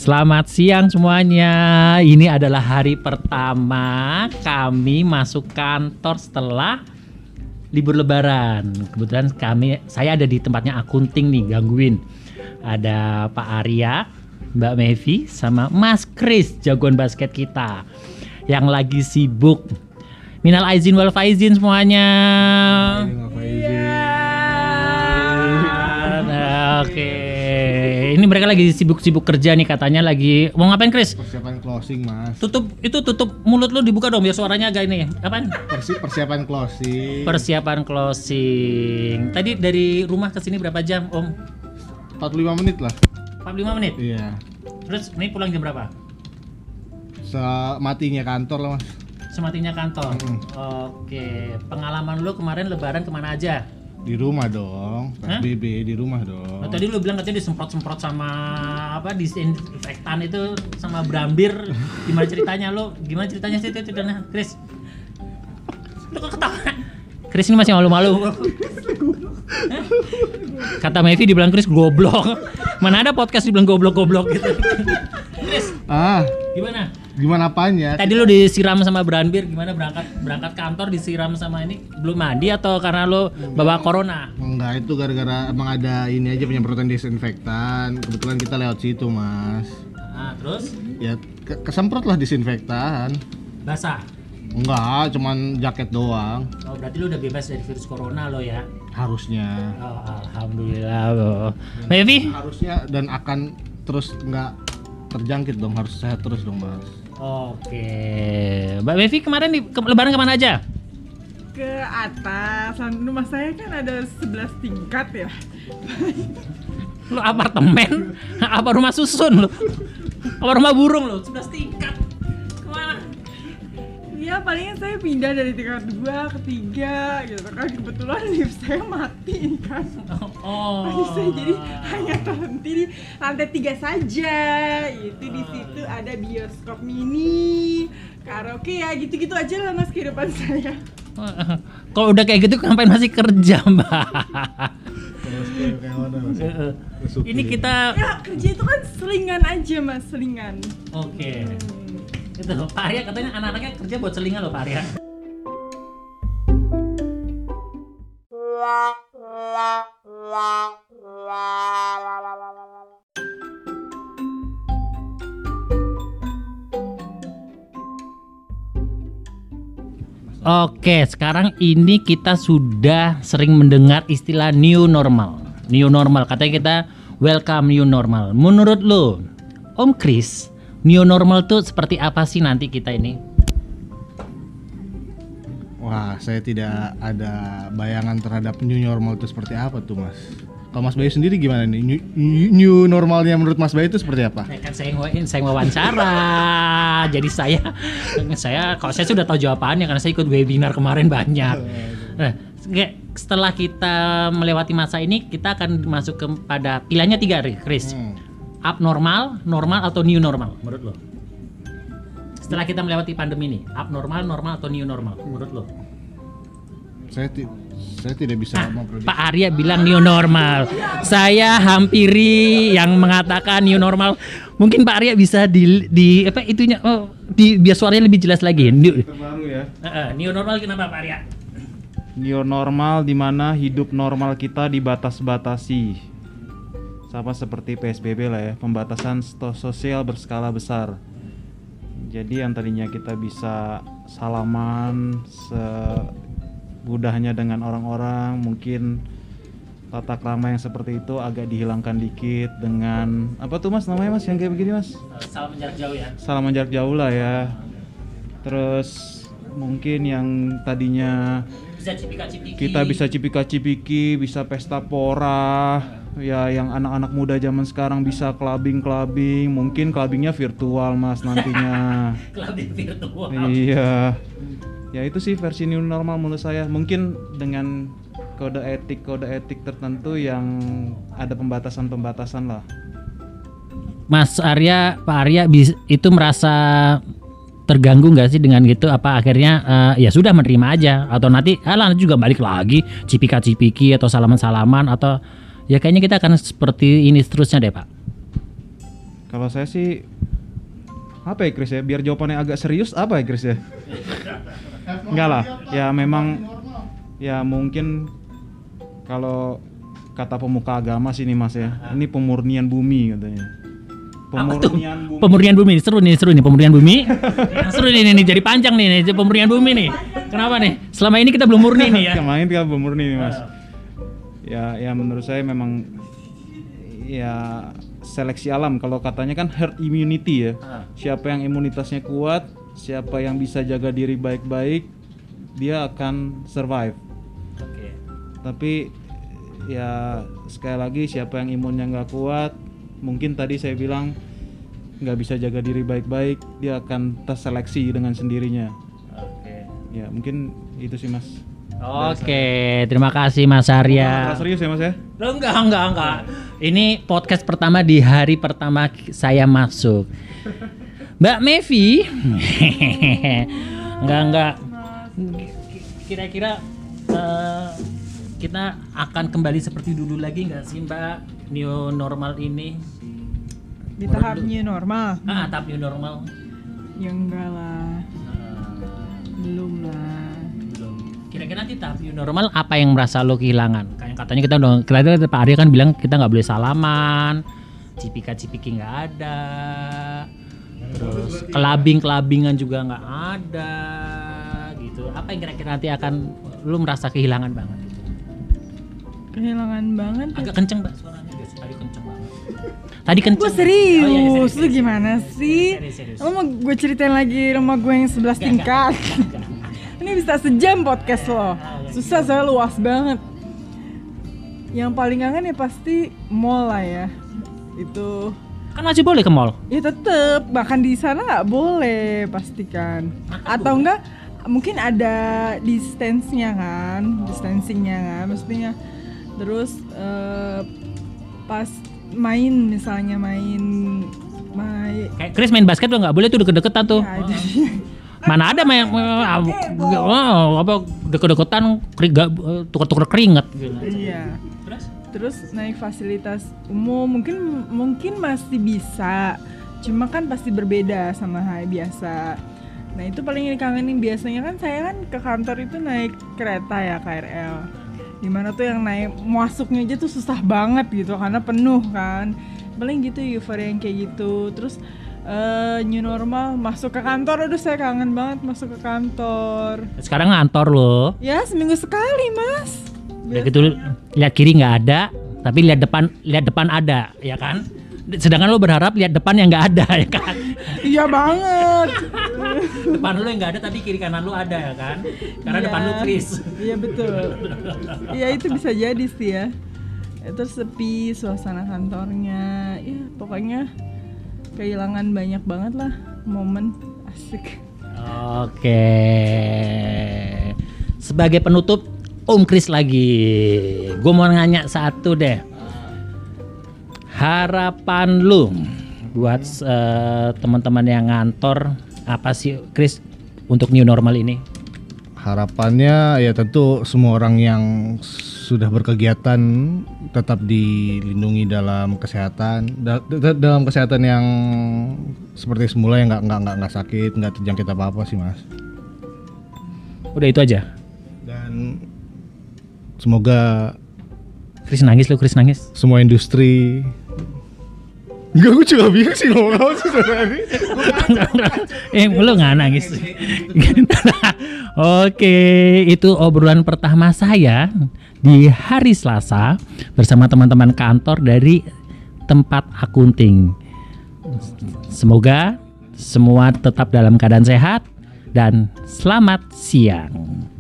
Selamat siang semuanya. Ini adalah hari pertama kami masuk kantor setelah libur lebaran. Kebetulan saya ada di tempatnya akunting nih, gangguin. Ada Pak Arya, Mbak Mevi, sama Mas Kris, jagoan basket kita yang lagi sibuk. Minal aizin wal faizin semuanya. Oke. Ini mereka lagi sibuk-sibuk kerja nih, katanya lagi mau ngapain, Kris? Persiapan closing, Mas. Tutup mulut lu, dibuka dong biar suaranya agak ini. Apaan? Persiapan closing. Persiapan closing. Tadi dari rumah ke sini berapa jam, Om? 45 menit lah. 45 menit? Iya. Terus ini pulang jam berapa? Sematinya kantor lah, Mas. Sematinya kantor. Oke. Pengalaman lu kemarin lebaran kemana aja? Di rumah dong. PSBB di rumah dong. Oh, tadi lu bilang katanya disemprot-semprot sama apa, disinfektan itu sama brambir. Gimana ceritanya lu? Gimana ceritanya sih itu dan Kris? Lu kok ketawa? Kris ini masih malu-malu. Kata Mevi dibilang Kris goblok. Mana ada podcast dibilang goblok-goblok gitu. Kris. Gimana apanya? Tadi lu disiram sama brambir, gimana berangkat kantor disiram sama ini? Belum mandi atau karena lu bawa corona? Enggak, itu gara-gara emang ada ini aja penyemprotan disinfektan. Kebetulan kita lewat situ, Mas. Terus? Ya kesemprot lah disinfektan. Basah? Enggak, cuman jaket doang. Oh, berarti lu udah bebas dari virus corona lo ya? Harusnya. Oh, alhamdulillah lo. Mevi? Harusnya dan akan terus nggak terjangkit dong, harus sehat terus dong, Mas. Oke. Mbak Mevi kemarin lebaran kemana aja? Ke atas. Rumah saya kan ada 11 tingkat ya. Lu apartemen? Apa rumah susun lu? Apa rumah burung lu? 11 tingkat. Kemana? Ya palingan saya pindah dari tingkat 2 ke 3 gitu kan, kebetulan lift saya mati kan. Lift saya jadi hanya terhenti di lantai 3 saja. Itu di situ ada bioskop mini, karaoke ya, gitu-gitu aja lah Mas kehidupan saya. Kalau udah kayak gitu ngapain masih kerja, Mbak? Ini kita ya kerja itu kan selingan aja Mas, selingan. Oke. Itu Pak Arya katanya anak-anaknya kerja buat selingan loh Pak Arya. Oke, sekarang ini kita sudah sering mendengar istilah new normal. New normal, katanya kita welcome new normal. Menurut lo, Om Kris, new normal tuh seperti apa sih nanti kita ini? Wah, saya tidak ada bayangan terhadap new normal itu seperti apa tuh, Mas. Kalau Mas Bayu sendiri gimana nih? New normalnya menurut Mas Bayu itu seperti apa? Kan saya wawancara. Jadi saya kalau saya sudah tahu jawabannya karena saya ikut webinar kemarin banyak. Nah, setelah kita melewati masa ini, kita akan masuk kepada pilihannya 3, Kris. Abnormal, normal atau new normal menurut lo? Setelah kita melewati pandemi ini, abnormal, normal atau new normal menurut lo? Saya tidak bisa memprediksi. Pak Arya bilang new normal. Saya hampiri yang mengatakan new normal. Mungkin Pak Arya bisa di apa itunya biar suaranya lebih jelas lagi. Terbaru ya. New normal kenapa Pak Arya? New normal di mana hidup normal kita dibatas-batasi. Sama seperti PSBB lah ya, pembatasan sosial berskala besar. Jadi yang tadinya kita bisa salaman semudahnya dengan orang-orang, mungkin tata krama yang seperti itu agak dihilangkan dikit dengan apa tuh Mas namanya Mas yang kayak begini Mas? Salaman jarak jauh ya. Salaman jarak jauh lah ya. Terus mungkin yang tadinya bisa cipika-cipiki. Kita bisa cipika-cipiki, bisa pesta pora. Ya yang anak-anak muda zaman sekarang bisa clubbing, mungkin clubbingnya virtual Mas nantinya. Clubbing virtual. Iya. Ya itu sih versi new normal menurut saya. Mungkin dengan kode etik tertentu yang ada pembatasan lah. Mas Arya, Pak Arya itu merasa terganggu nggak sih dengan gitu? Apa akhirnya ya sudah menerima aja atau nanti juga balik lagi cipika-cipiki atau salaman-salaman atau ya kayaknya kita akan seperti ini seterusnya deh Pak. Kalau saya sih apa ya Chris ya? Biar jawabannya agak serius apa ya Chris ya? Enggak lah, ya memang ya mungkin kalau kata pemuka agama sini Mas ya, ini pemurnian bumi katanya. Pemurnian bumi. Pemurnian bumi, seru nih pemurnian bumi. Seru nih jadi panjang nih pemurnian bumi nih. Kenapa nih? Selama ini kita belum murni nih ya. Kemarin kita belum murni nih Mas. Ya menurut saya memang ya seleksi alam, kalau katanya kan herd immunity ya. Siapa yang imunitasnya kuat, siapa yang bisa jaga diri baik-baik, dia akan survive. Oke. Tapi ya sekali lagi siapa yang imunnya nggak kuat, mungkin tadi saya bilang nggak bisa jaga diri baik-baik, dia akan terseleksi dengan sendirinya. Oke. Ya mungkin itu sih Mas. Oke, terima kasih Mas Arya. Serius ya Mas ya? Loh, enggak. Ini podcast pertama di hari pertama saya masuk. Mbak Mevi. Enggak. Kira-kira kita akan kembali seperti dulu lagi nggak sih Mbak? New normal ini? Di tahap new normal? Tahap new normal. Ya enggak lah. Belum lah. Kira-kira nanti tahap new normal apa yang merasa lo kehilangan? Kayak katanya kita Pak Arya kan bilang kita nggak boleh salaman, cipika-cipiki nggak ada, terus kelabingan juga nggak ada, gitu. Apa yang kira-kira nanti akan lo merasa kehilangan banget? Kehilangan banget. Agak kenceng Mbak suaranya, tadi kenceng banget. Tadi kenceng. Gue serius, Oh, iya, lu gimana sih? Serius. Lo mau gue ceritain lagi rumah gue yang 11 tingkat? Ini bisa sejam podcast lo. Susah, saya luas banget. Yang paling kangen ya pasti mall lah ya. Itu Kan masih boleh ke mall. ya tetep, bahkan di sana nggak boleh pastikan. Atau enggak mungkin ada distance-nya kan, distancing-nya kan, maksudnya. Terus pas main misalnya main Kayak Chris main basket tuh nggak boleh tuh deket-deketan tuh. ya, itu dia. Mana ada main apa deket-deketan tuker-tuker keringet gitu. Iya. Terus naik fasilitas umum mungkin masih bisa. Cuma kan pasti berbeda sama hari biasa. Nah, itu paling dikangenin. Biasanya kan saya kan ke kantor itu naik kereta ya, KRL. Dimana tuh yang naik masuknya aja tuh susah banget gitu karena penuh kan. Paling gitu euforia yang kayak gitu. Terus new normal masuk ke kantor, aduh saya kangen banget masuk ke kantor. Sekarang ngantor loh. Ya seminggu sekali Mas. Udah gitu lihat kiri nggak ada, tapi lihat depan ada, ya kan? Sedangkan lo berharap lihat depan yang nggak ada, ya kan? Iya banget. Depan lo yang nggak ada, tapi kiri kanan lo ada, ya kan? Karena Iya. depan lo Chris. Iya betul. Iya itu bisa jadi sih ya. Terus sepi suasana kantornya. Ya pokoknya kehilangan banyak banget lah momen asik. Oke. Sebagai penutup, Om Chris lagi. Gue mau nanya satu deh. Harapan lu buat teman-teman yang ngantor apa sih Chris untuk new normal ini? Harapannya ya tentu semua orang yang sudah berkegiatan tetap dilindungi dalam kesehatan, dalam kesehatan yang seperti semula, yang nggak sakit, nggak terjangkit apa sih Mas. Udah itu aja. Dan semoga Chris nangis. semua industri. Enggak, gue juga bingung sih ngomong apa sih sebenarnya. Lu nggak nangis. Oke, itu obrolan pertama saya di hari Selasa bersama teman-teman kantor dari tempat akunting. Semoga semua tetap dalam keadaan sehat dan selamat siang.